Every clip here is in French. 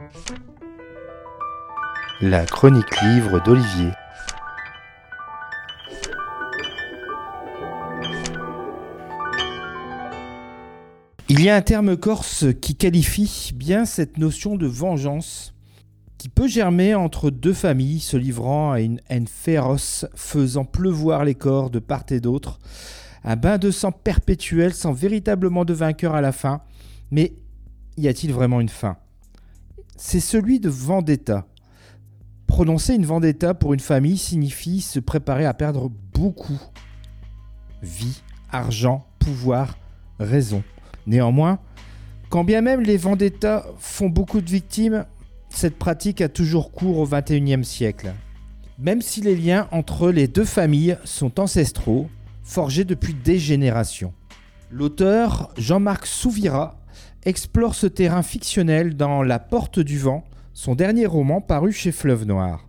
La chronique livre d'Olivier. Il y a un terme corse qui qualifie bien cette notion de vengeance qui peut germer entre deux familles se livrant à une haine féroce, faisant pleuvoir les corps de part et d'autre. Un bain de sang perpétuel sans véritablement de vainqueur à la fin. Mais y a-t-il vraiment une fin ? C'est celui de vendetta. Prononcer une vendetta pour une famille signifie se préparer à perdre beaucoup. Vie, argent, pouvoir, raison. Néanmoins, quand bien même les vendettas font beaucoup de victimes, cette pratique a toujours cours au XXIe siècle. Même si les liens entre les deux familles sont ancestraux, forgés depuis des générations. L'auteur Jean-Marc Souvira explore ce terrain fictionnel dans La Porte du Vent, son dernier roman paru chez Fleuve Noir.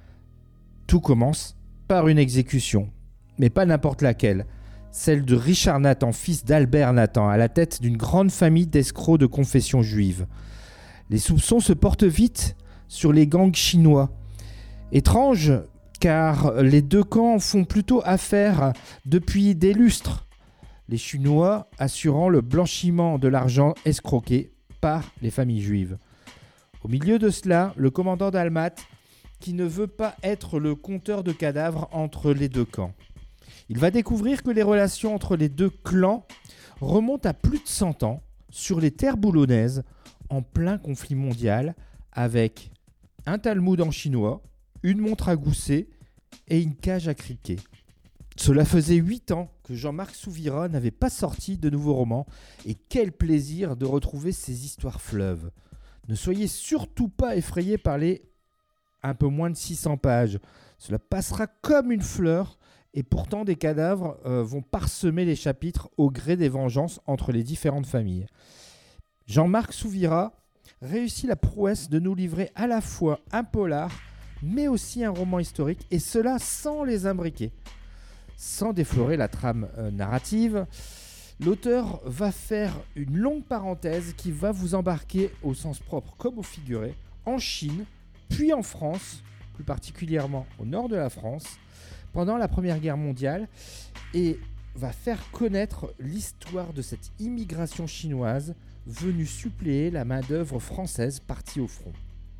Tout commence par une exécution, mais pas n'importe laquelle. Celle de Richard Nathan, fils d'Albert Nathan, à la tête d'une grande famille d'escrocs de confession juive. Les soupçons se portent vite sur les gangs chinois. Étrange, car les deux camps font plutôt affaire depuis des lustres, les Chinois assurant le blanchiment de l'argent escroqué par les familles juives. Au milieu de cela, le commandant Dalmat, qui ne veut pas être le compteur de cadavres entre les deux camps. Il va découvrir que les relations entre les deux clans remontent à plus de 100 ans sur les terres boulonnaises, en plein conflit mondial, avec un Talmud en chinois, une montre à gousset et une cage à criquet. Cela faisait 8 ans que Jean-Marc Souvira n'avait pas sorti de nouveaux romans, et quel plaisir de retrouver ces histoires fleuves. Ne soyez surtout pas effrayés par les un peu moins de 600 pages. Cela passera comme une fleur. Et pourtant, des cadavres vont parsemer les chapitres au gré des vengeances entre les différentes familles. Jean-Marc Souvira réussit la prouesse de nous livrer à la fois un polar, mais aussi un roman historique, et cela sans les imbriquer. Sans déflorer la trame narrative, l'auteur va faire une longue parenthèse qui va vous embarquer au sens propre comme au figuré, en Chine, puis en France, plus particulièrement au nord de la France, pendant la Première Guerre mondiale, et va faire connaître l'histoire de cette immigration chinoise venue suppléer la main-d'œuvre française partie au front.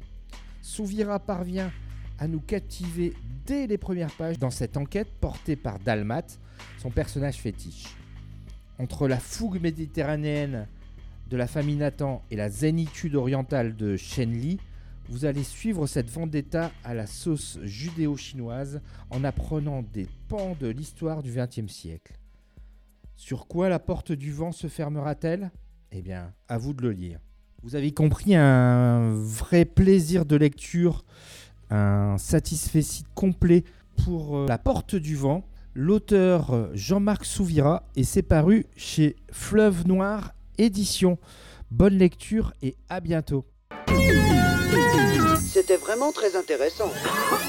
Souvira parvient à nous captiver dès les premières pages dans cette enquête portée par Dalmat, son personnage fétiche. Entre la fougue méditerranéenne de la famille Nathan et la zénitude orientale de Shen Li, vous allez suivre cette vendetta à la sauce judéo-chinoise en apprenant des pans de l'histoire du XXe siècle. Sur quoi La Porte du Vent se fermera-t-elle ? Eh bien, à vous de le lire. Vous avez compris, un vrai plaisir de lecture, un satisfecit complet pour La Porte du Vent. L'auteur Jean-Marc Souvira, et c'est paru chez Fleuve Noir Édition. Bonne lecture et à bientôt. C'était vraiment très intéressant.